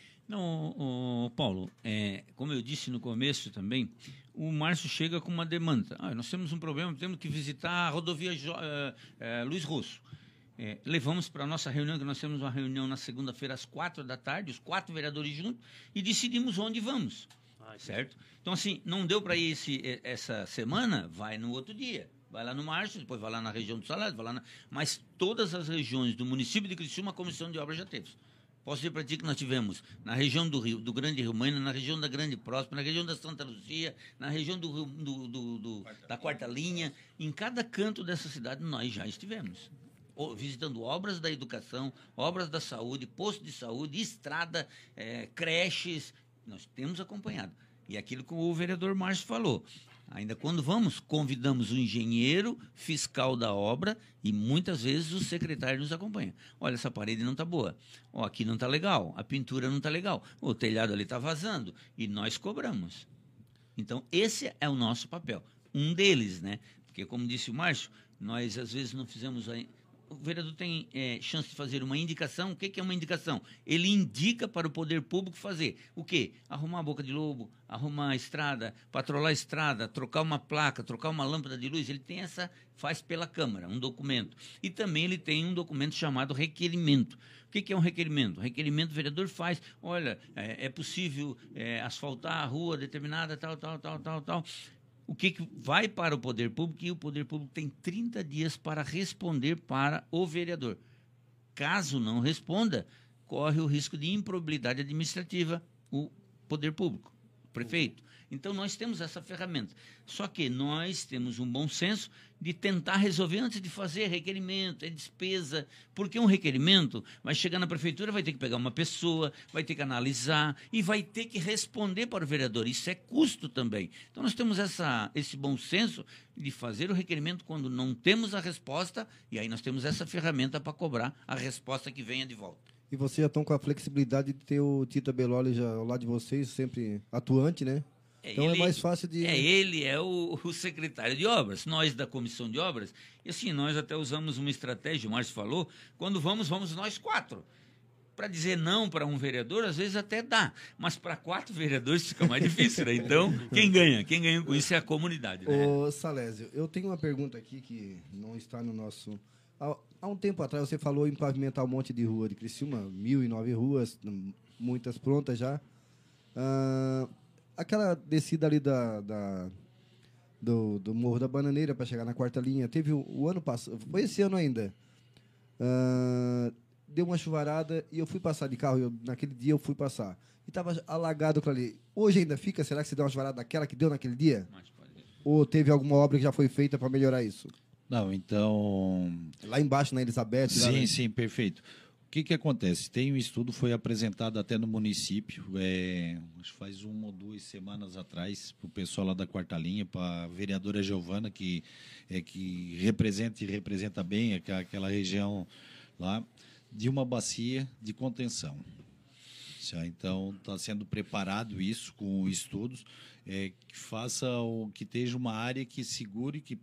Não, Paulo, como eu disse no começo também, o Márcio chega com uma demanda. Nós temos um problema, temos que visitar a rodovia Luiz Rosso. Levamos para a nossa reunião, que nós temos uma reunião na segunda-feira às 4 da tarde, os 4 vereadores juntos, e decidimos onde vamos, certo? Então, assim, não deu para ir essa semana, vai no outro dia. Vai lá no Márcio, depois vai lá na região do Salário, mas todas as regiões do município de Criciúma, a comissão de obras já teve. Posso dizer para ti que nós tivemos na região do Grande Rio Maina, na região da Grande Próspera, na região da Santa Luzia, na região da Quarta Linha. Em cada canto dessa cidade nós já estivemos. Visitando obras da educação, obras da saúde, posto de saúde, estrada, creches. Nós temos acompanhado. E aquilo que o vereador Márcio falou. Ainda quando vamos, convidamos o engenheiro fiscal da obra e muitas vezes o secretário nos acompanha. Olha, essa parede não está boa. Aqui não está legal. A pintura não está legal. O telhado ali está vazando. E nós cobramos. Então, esse é o nosso papel. Um deles, né? Porque, como disse o Márcio, nós às vezes não fizemos o vereador tem chance de fazer uma indicação. O que é uma indicação? Ele indica para o poder público fazer o quê? Arrumar a boca de lobo, arrumar a estrada, patrolar a estrada, trocar uma placa, trocar uma lâmpada de luz. Ele tem faz pela Câmara, um documento. E também ele tem um documento chamado requerimento. O que é um requerimento? O requerimento o vereador faz, olha, é possível asfaltar a rua determinada, tal. O que vai para o poder público, e o poder público tem 30 dias para responder para o vereador. Caso não responda, corre o risco de improbidade administrativa o poder público, o prefeito. Então, nós temos essa ferramenta. Só que nós temos um bom senso de tentar resolver antes de fazer requerimento, despesa. Porque um requerimento vai chegar na prefeitura, vai ter que pegar uma pessoa, vai ter que analisar e vai ter que responder para o vereador. Isso é custo também. Então, nós temos esse bom senso de fazer o requerimento quando não temos a resposta, e aí nós temos essa ferramenta para cobrar a resposta que venha de volta. E vocês já estão com a flexibilidade de ter o Tita Beloli já ao lado de vocês, sempre atuante, né? Então é mais fácil de... Ele é o secretário de obras, nós da comissão de obras. E assim, nós até usamos uma estratégia, o Márcio falou, quando vamos nós 4. Para dizer não para um vereador, às vezes até dá, mas para 4 vereadores fica mais difícil, né? Então, quem ganha com isso é a comunidade, né? Ô, Salésio, eu tenho uma pergunta aqui que não está no nosso... Há um tempo atrás você falou em pavimentar um monte de rua de Criciúma, 1.009 ruas, muitas prontas já. Aquela descida ali do Morro da Bananeira para chegar na quarta linha, teve o ano passado, foi esse ano ainda. Deu uma chuvarada e eu fui passar de carro, naquele dia eu fui passar. E estava alagado aquilo ali. Hoje ainda fica? Será que se deu uma chuvarada daquela que deu naquele dia? Ou teve alguma obra que já foi feita para melhorar isso? Não, então... Lá embaixo, na Elizabeth? Sim, sim, perfeito. O que acontece? Tem um estudo, foi apresentado até no município, acho que faz 1 ou 2 semanas atrás, para o pessoal lá da quarta linha, para a vereadora Giovana, que representa bem aquela região lá, de uma bacia de contenção. Então, está sendo preparado isso com estudos, que faça que esteja uma área que segure, que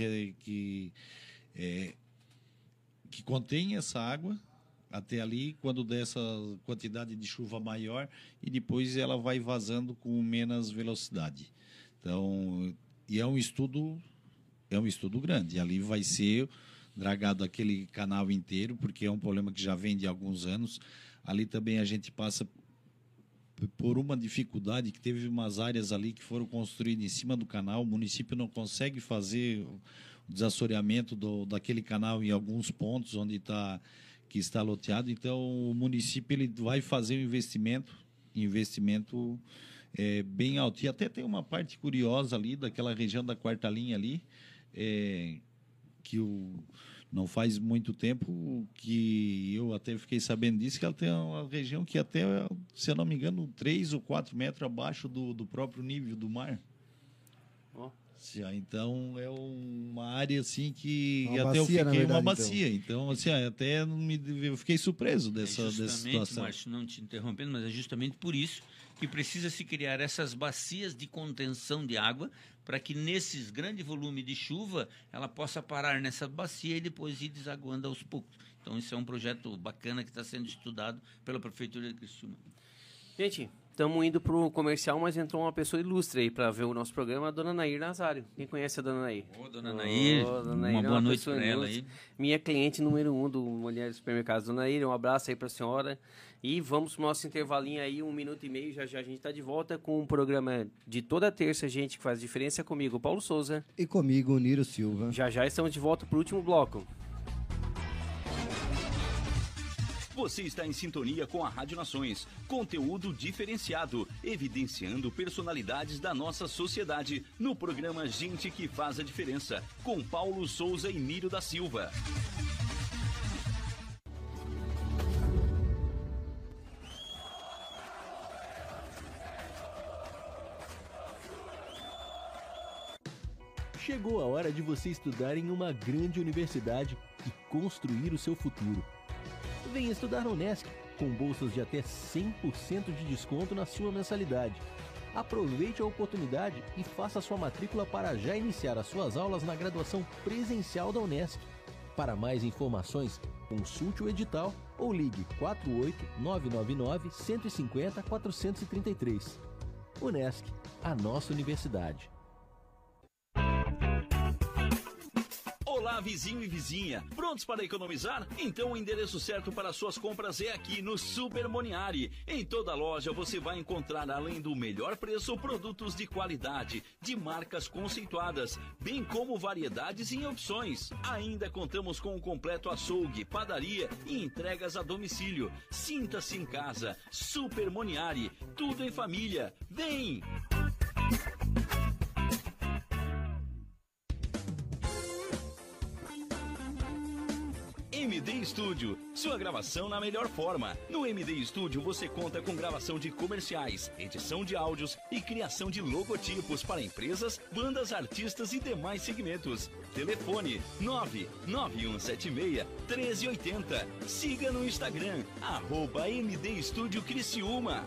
contenha essa água, até ali, quando der essa quantidade de chuva maior, e depois ela vai vazando com menos velocidade. Então, e é um estudo grande. Ali vai ser dragado aquele canal inteiro, porque é um problema que já vem de alguns anos. Ali também a gente passa por uma dificuldade, que teve umas áreas ali que foram construídas em cima do canal. O município não consegue fazer o desassoreamento daquele canal em alguns pontos onde está loteado. Então, o município ele vai fazer um investimento bem alto. E até tem uma parte curiosa ali, daquela região da quarta linha ali, que não faz muito tempo que eu até fiquei sabendo disso, que ela tem uma região que até, se eu não me engano, 3 ou 4 metros abaixo do próprio nível do mar. Então, é uma área assim que uma até bacia, eu fiquei verdade, uma bacia. Então, assim, até eu fiquei surpreso dessa situação. Márcio, não te interrompendo, mas é justamente por isso que precisa se criar essas bacias de contenção de água, para que nesses grandes volumes de chuva ela possa parar nessa bacia e depois ir desaguando aos poucos. Então, isso é um projeto bacana que está sendo estudado pela Prefeitura de Criciúma. Gente, estamos indo para o comercial, mas entrou uma pessoa ilustre aí para ver o nosso programa, a dona Nair Nazário. Quem conhece a dona Nair? Dona Nair, uma boa noite para ela aí. Minha cliente número 1 do Mulheres Supermercados. Dona Nair, um abraço aí para a senhora. E vamos para o nosso intervalinho aí, 1 minuto e meio. Já a gente está de volta com um programa de toda terça, gente, que faz diferença comigo, Paulo Souza. E comigo, Niro Silva. Já estamos de volta para o último bloco. Você está em sintonia com a Rádio Nações. Conteúdo diferenciado, evidenciando personalidades da nossa sociedade no programa Gente que Faz a Diferença, com Paulo Souza e Nírio da Silva. Chegou a hora de você estudar em uma grande universidade e construir o seu futuro. Venha estudar na Unesc, com bolsas de até 100% de desconto na sua mensalidade. Aproveite a oportunidade e faça sua matrícula para já iniciar as suas aulas na graduação presencial da Unesc. Para mais informações, consulte o edital ou ligue 48-999-150-433. Unesc, a nossa universidade. Olá, vizinho e vizinha. Prontos para economizar? Então o endereço certo para suas compras é aqui no Super Moniari. Em toda loja você vai encontrar, além do melhor preço, produtos de qualidade, de marcas conceituadas, bem como variedades em opções. Ainda contamos com um completo açougue, padaria e entregas a domicílio. Sinta-se em casa. Super Moniari. Tudo em família. Vem! MD Studio, sua gravação na melhor forma. No MD Studio você conta com gravação de comerciais, edição de áudios e criação de logotipos para empresas, bandas, artistas e demais segmentos. Telefone 99176-1380. Siga no Instagram, @MD Studio Criciúma.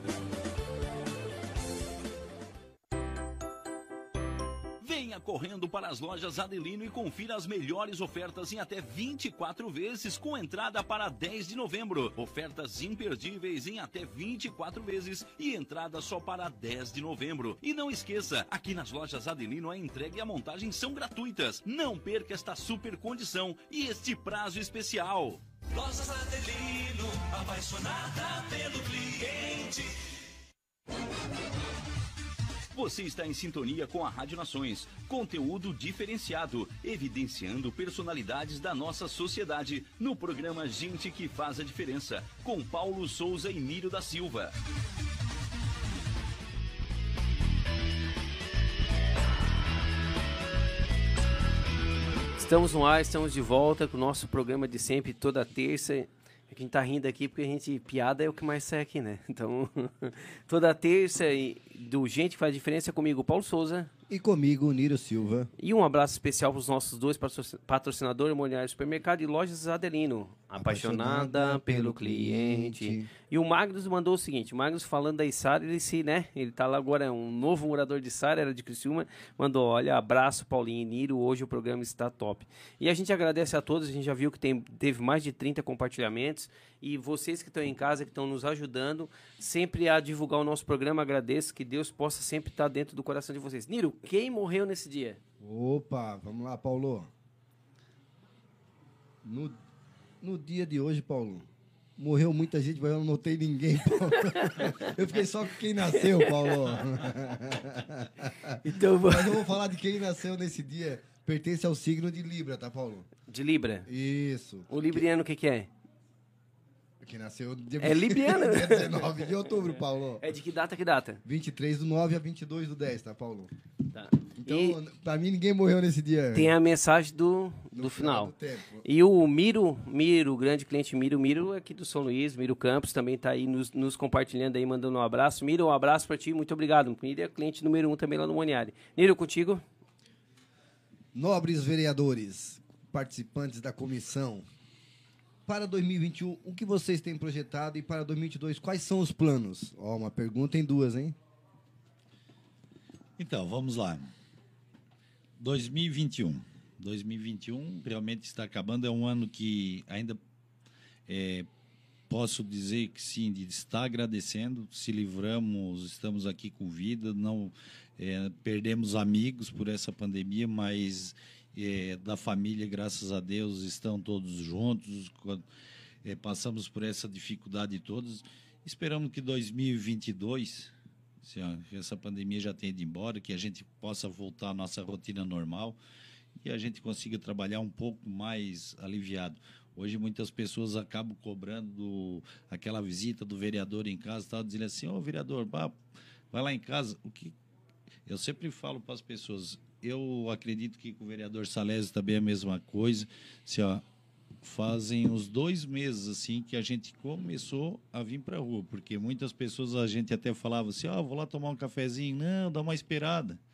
Venha correndo para as lojas Adelino e confira as melhores ofertas em até 24 vezes com entrada para 10 de novembro. Ofertas imperdíveis em até 24 vezes e entrada só para 10 de novembro. E não esqueça, aqui nas lojas Adelino a entrega e a montagem são gratuitas. Não perca esta super condição e este prazo especial. Lojas Adelino, apaixonada pelo cliente. Você está em sintonia com a Rádio Nações. Conteúdo diferenciado, evidenciando personalidades da nossa sociedade no programa Gente que Faz a Diferença, com Paulo Souza e Mírio da Silva. Estamos no ar, estamos de volta com o nosso programa de sempre, toda terça. A gente tá rindo aqui porque piada é o que mais sai aqui, né? Então, toda terça do Gente que Faz a Diferença, comigo, Paulo Souza. E comigo, Nírio Silva. E um abraço especial para os nossos dois patrocinadores, Moniari Supermercado e Lojas Adelino. Apaixonada pelo cliente. E o Magnus mandou o seguinte, o Magnus falando da Içara, ele tá lá agora, um novo morador de Içara, era de Criciúma, mandou, olha, abraço Paulinho e Nírio, hoje o programa está top. E a gente agradece a todos, a gente já viu que teve mais de 30 compartilhamentos, e vocês que estão em casa, que estão nos ajudando sempre a divulgar o nosso programa, agradeço, que Deus possa sempre estar dentro do coração de vocês. Nírio, quem morreu nesse dia? Opa, vamos lá, Paulo. No dia de hoje, Paulo, morreu muita gente, mas eu não notei ninguém, Paulo. Eu fiquei só com quem nasceu, Paulo. Então, mas eu vou falar de quem nasceu nesse dia. Pertence ao signo de Libra, tá, Paulo? De Libra? Isso. O libriano, o que é? Que nasceu dia, é libriano. dia 19 de outubro, Paulo. É de que data, que data? 23/9 a 22/10, tá, Paulo? Tá. Então, pra mim, ninguém morreu nesse dia. Tem a mensagem do final. Do tempo. E o Miro, o grande cliente Miro aqui do São Luís, Miro Campos, também tá aí nos compartilhando aí, mandando um abraço. Miro, um abraço pra ti, muito obrigado. Miro é cliente número 1 também lá no Moniari. Miro, contigo? Nobres vereadores, participantes da comissão, para 2021, o que vocês têm projetado e para 2022, quais são os planos? Ó, uma pergunta em duas, hein? Então, vamos lá. 2021 realmente está acabando, é um ano que ainda posso dizer que sim, está agradecendo, se livramos, estamos aqui com vida, não perdemos amigos por essa pandemia, mas da família, graças a Deus, estão todos juntos, passamos por essa dificuldade todos, esperamos que 2022, se essa pandemia já tenha ido embora, que a gente possa voltar à nossa rotina normal e a gente consiga trabalhar um pouco mais aliviado. Hoje muitas pessoas acabam cobrando aquela visita do vereador em casa, tá, dizendo assim, ô vereador, vai lá em casa. O que eu sempre falo para as pessoas, eu acredito que com o vereador Salésio também é a mesma coisa, assim, fazem uns 2 meses assim que a gente começou a vir para a rua, porque muitas pessoas a gente até falava assim, vou lá tomar um cafezinho, não, dá uma esperada.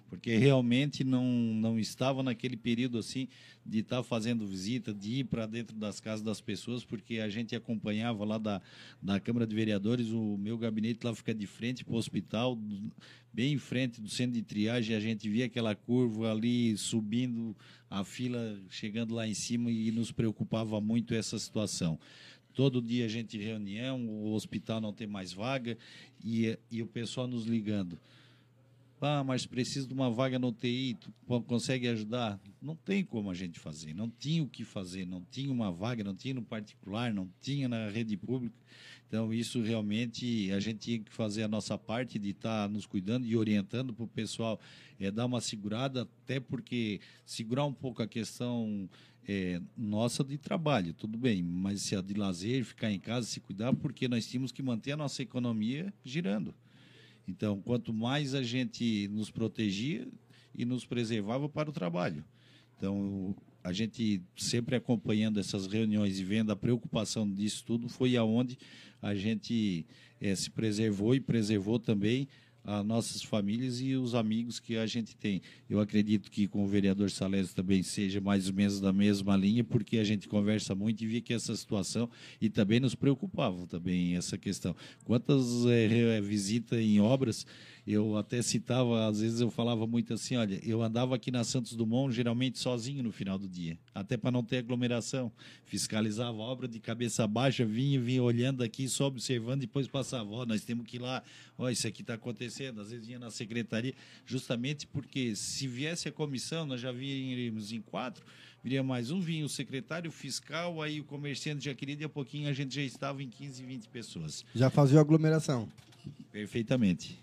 porque realmente não estava naquele período assim de estar fazendo visita, de ir para dentro das casas das pessoas, porque a gente acompanhava lá da Câmara de Vereadores, o meu gabinete lá fica de frente para o hospital, bem em frente do centro de triagem, a gente via aquela curva ali subindo, a fila chegando lá em cima e nos preocupava muito essa situação. Todo dia a gente reunião, o hospital não tem mais vaga e o pessoal nos ligando. Mas preciso de uma vaga no UTI, tu consegue ajudar? Não tem como a gente fazer, não tinha o que fazer, não tinha uma vaga, não tinha no particular, não tinha na rede pública. Então, isso realmente a gente tinha que fazer a nossa parte de estar nos cuidando e orientando para o pessoal dar uma segurada, até porque segurar um pouco a questão nossa de trabalho, tudo bem, mas se a de lazer, ficar em casa, se cuidar, porque nós tínhamos que manter a nossa economia girando. Então, quanto mais a gente nos protegia e nos preservava para o trabalho. Então, a gente sempre acompanhando essas reuniões e vendo a preocupação disso tudo, foi aonde a gente se preservou e preservou também as nossas famílias e os amigos que a gente tem. Eu acredito que com o vereador Salésio também seja mais ou menos da mesma linha, porque a gente conversa muito e via que essa situação, e também nos preocupava também essa questão. Quantas visitas em obras, eu até citava, às vezes eu falava muito assim, olha, eu andava aqui na Santos Dumont geralmente sozinho no final do dia, até para não ter aglomeração, fiscalizava a obra de cabeça baixa, vinha olhando aqui, só observando, depois passava, nós temos que ir lá, isso aqui está acontecendo, às vezes vinha na secretaria, justamente porque se viesse a comissão, nós já víamos em 4, viria mais um, vinha o secretário, o fiscal, aí o comerciante já queria, de a pouquinho a gente já estava em 15, 20 pessoas. Já fazia aglomeração. Perfeitamente.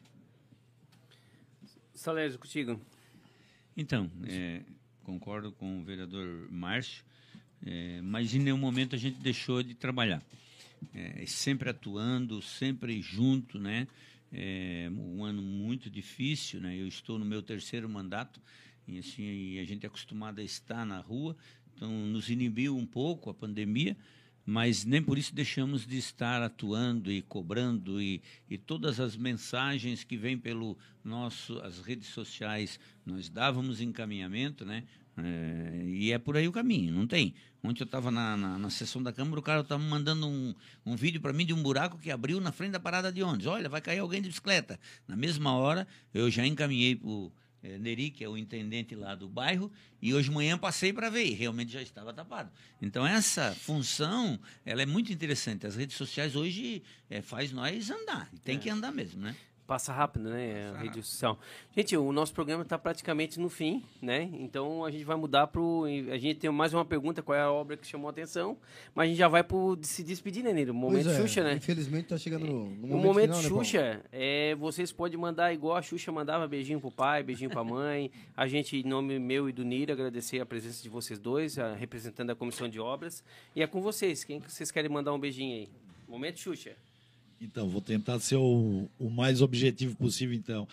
Salésio, contigo. Então, concordo com o vereador Márcio, mas em nenhum momento a gente deixou de trabalhar. Sempre atuando, sempre junto, né? Um ano muito difícil, né? Eu estou no meu 3º mandato e assim, a gente é acostumado a estar na rua, então nos inibiu um pouco a pandemia, mas nem por isso deixamos de estar atuando e cobrando e todas as mensagens que vêm pelo as redes sociais, nós dávamos encaminhamento, né? E é por aí o caminho, não tem. Ontem eu estava na sessão da Câmara, o cara estava mandando um vídeo para mim de um buraco que abriu na frente da parada de ônibus. Olha, vai cair alguém de bicicleta. Na mesma hora, eu já encaminhei para o Neri, que é o intendente lá do bairro, e hoje de manhã passei para ver, e realmente já estava tapado. Então, essa função, ela é muito interessante. As redes sociais hoje faz nós andar, e tem que andar mesmo, né? Passa rápido, né? A rede social. Gente, o nosso programa está praticamente no fim, né? Então a gente vai mudar pro. A gente tem mais uma pergunta: qual é a obra que chamou a atenção? Mas a gente já vai se despedir, né, Nero? O momento Xuxa, né? Infelizmente está chegando no momento. O momento final, Xuxa, vocês podem mandar igual a Xuxa mandava: beijinho pro pai, beijinho pra mãe. A gente, em nome meu e do Niro, agradecer a presença de vocês dois, representando a Comissão de Obras. E é com vocês. Quem que vocês querem mandar um beijinho aí? Momento Xuxa. Então, vou tentar ser o mais objetivo possível, então.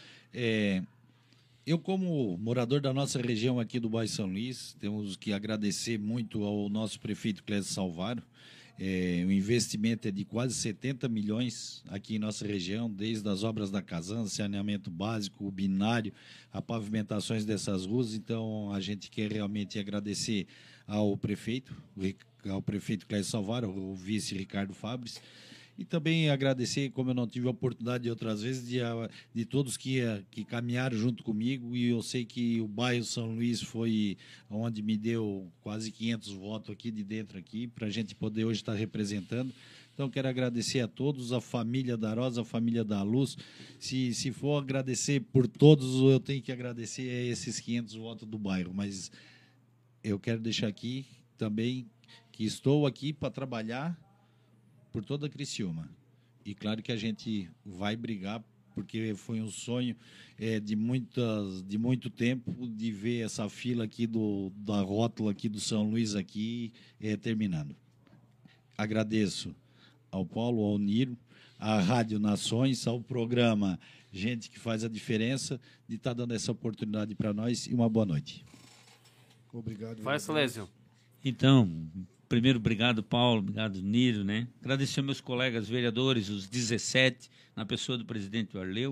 Eu, como morador da nossa região aqui do bairro São Luís, temos que agradecer muito ao nosso prefeito Clésio Salvaro. O investimento é de quase 70 milhões aqui em nossa região, desde as obras da Casança, saneamento básico, o binário, a pavimentações dessas ruas. Então, a gente quer realmente agradecer ao prefeito Clésio Salvaro, o vice Ricardo Fabres, e também agradecer, como eu não tive a oportunidade de outras vezes, de todos que caminharam junto comigo. E eu sei que o bairro São Luís foi onde me deu quase 500 votos aqui de dentro, aqui, para a gente poder hoje estar representando. Então, quero agradecer a todos, a família da Rosa, a família da Luz. Se for agradecer por todos, eu tenho que agradecer esses 500 votos do bairro. Mas eu quero deixar aqui também que estou aqui para trabalhar por toda a Criciúma. E claro que a gente vai brigar, porque foi um sonho de muito tempo de ver essa fila aqui da rótula aqui do São Luís aqui terminando. Agradeço ao Paulo, ao Niro, à Rádio Nações, ao programa Gente que Faz a Diferença, de estar dando essa oportunidade para nós, e uma boa noite. Obrigado. Vai, Salésio. Então, primeiro, obrigado, Paulo, obrigado, Niro, né? Agradecer aos meus colegas vereadores, os 17, na pessoa do presidente Arleu,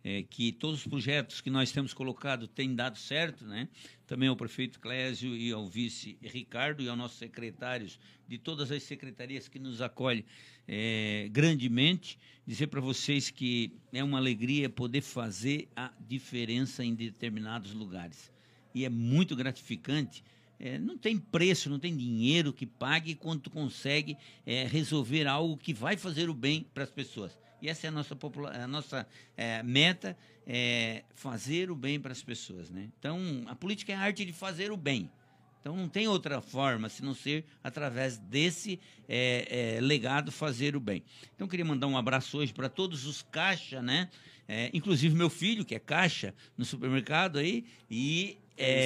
que todos os projetos que nós temos colocado têm dado certo, né? Também ao prefeito Clésio e ao vice Ricardo e aos nossos secretários de todas as secretarias que nos acolhem grandemente. Dizer para vocês que é uma alegria poder fazer a diferença em determinados lugares. E é muito gratificante. Não tem preço, não tem dinheiro que pague quando tu consegue resolver algo que vai fazer o bem para as pessoas. E essa é a nossa meta, fazer o bem para as pessoas, né? Então, a política é a arte de fazer o bem. Então, não tem outra forma, se não ser através desse legado, fazer o bem. Então, queria mandar um abraço hoje para todos os caixa, né? Inclusive meu filho, que é caixa no supermercado aí, e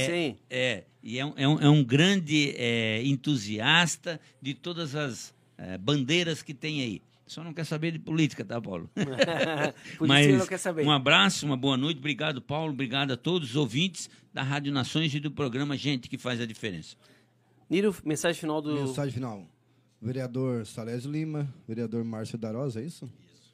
é um grande entusiasta de todas as bandeiras que tem aí. Só não quer saber de política, tá, Paulo? Mas não quer saber. Um abraço, uma boa noite. Obrigado, Paulo. Obrigado a todos os ouvintes da Rádio Nações e do programa Gente que Faz a Diferença. Niro, mensagem final do... Mensagem final. Vereador Salésio Lima, vereador Márcio Darosa, é isso? Isso.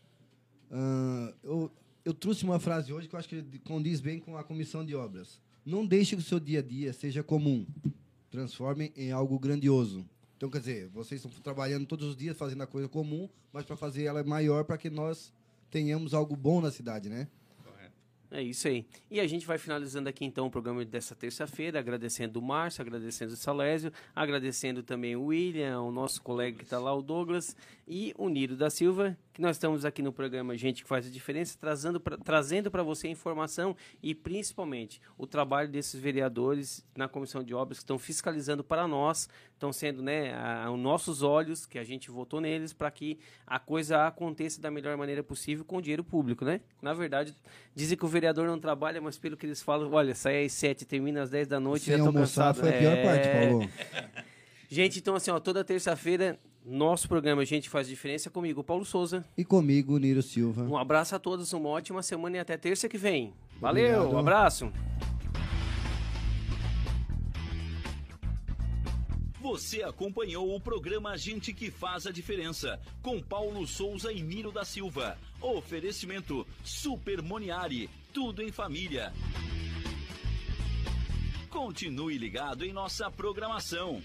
Eu trouxe uma frase hoje que eu acho que condiz bem com a comissão de obras. Não deixe que o seu dia a dia seja comum. Transforme em algo grandioso. Então, quer dizer, vocês estão trabalhando todos os dias, fazendo a coisa comum, mas para fazer ela maior, para que nós tenhamos algo bom na cidade, né? É isso aí. E a gente vai finalizando aqui, então, o programa dessa terça-feira, agradecendo o Márcio, agradecendo o Salésio, agradecendo também o William, o nosso colega que está lá, o Douglas, e o Niro da Silva, que nós estamos aqui no programa Gente que Faz a Diferença, trazendo para você a informação e, principalmente, o trabalho desses vereadores na Comissão de Obras que estão fiscalizando para nós, estão sendo, né, os nossos olhos, que a gente votou neles, para que a coisa aconteça da melhor maneira possível com o dinheiro público, né? Na verdade, dizem que o vereador não trabalha, mas pelo que eles falam, olha, sai às 7, termina às 10 da noite, já estou cansado. Foi a pior parte, Paulo. Gente, então assim, toda terça-feira, nosso programa Gente Faz Diferença, comigo, Paulo Souza. E comigo, Niro Silva. Um abraço a todos, uma ótima semana e até terça que vem. Valeu, Obrigado. Um abraço. Você acompanhou o programa Gente que Faz a Diferença, com Paulo Souza e Niro da Silva. Oferecimento Super Moniari, tudo em família. Continue ligado em nossa programação.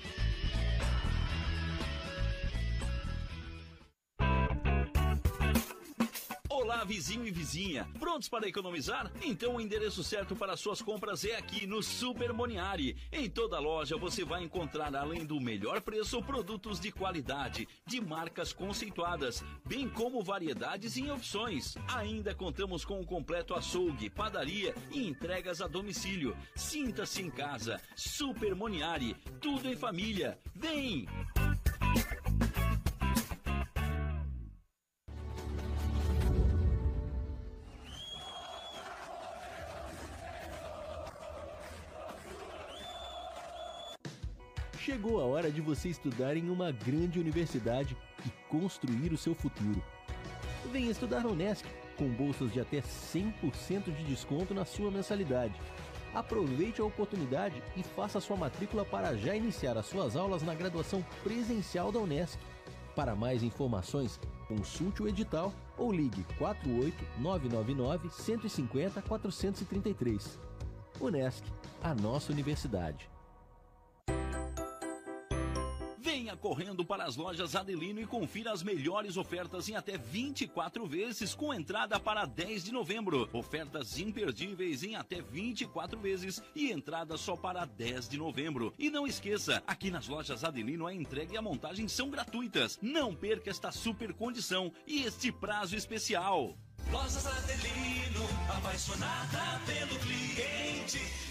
Olá, vizinho e vizinha. Prontos para economizar? Então o endereço certo para suas compras é aqui no Super Moniari. Em toda loja você vai encontrar, além do melhor preço, produtos de qualidade, de marcas conceituadas, bem como variedades e opções. Ainda contamos com um completo açougue, padaria e entregas a domicílio. Sinta-se em casa. Super Moniari, tudo em família. Vem! Chegou a hora de você estudar em uma grande universidade e construir o seu futuro. Venha estudar na Unesc, com bolsas de até 100% de desconto na sua mensalidade. Aproveite a oportunidade e faça sua matrícula para já iniciar as suas aulas na graduação presencial da Unesc. Para mais informações, consulte o edital ou ligue 48-999 150 433. Unesc, a nossa universidade. Venha correndo para as lojas Adelino e confira as melhores ofertas em até 24 vezes com entrada para 10 de novembro. Ofertas imperdíveis em até 24 vezes e entrada só para 10 de novembro. E não esqueça, aqui nas lojas Adelino a entrega e a montagem são gratuitas. Não perca esta super condição e este prazo especial. Lojas Adelino, apaixonada pelo cliente.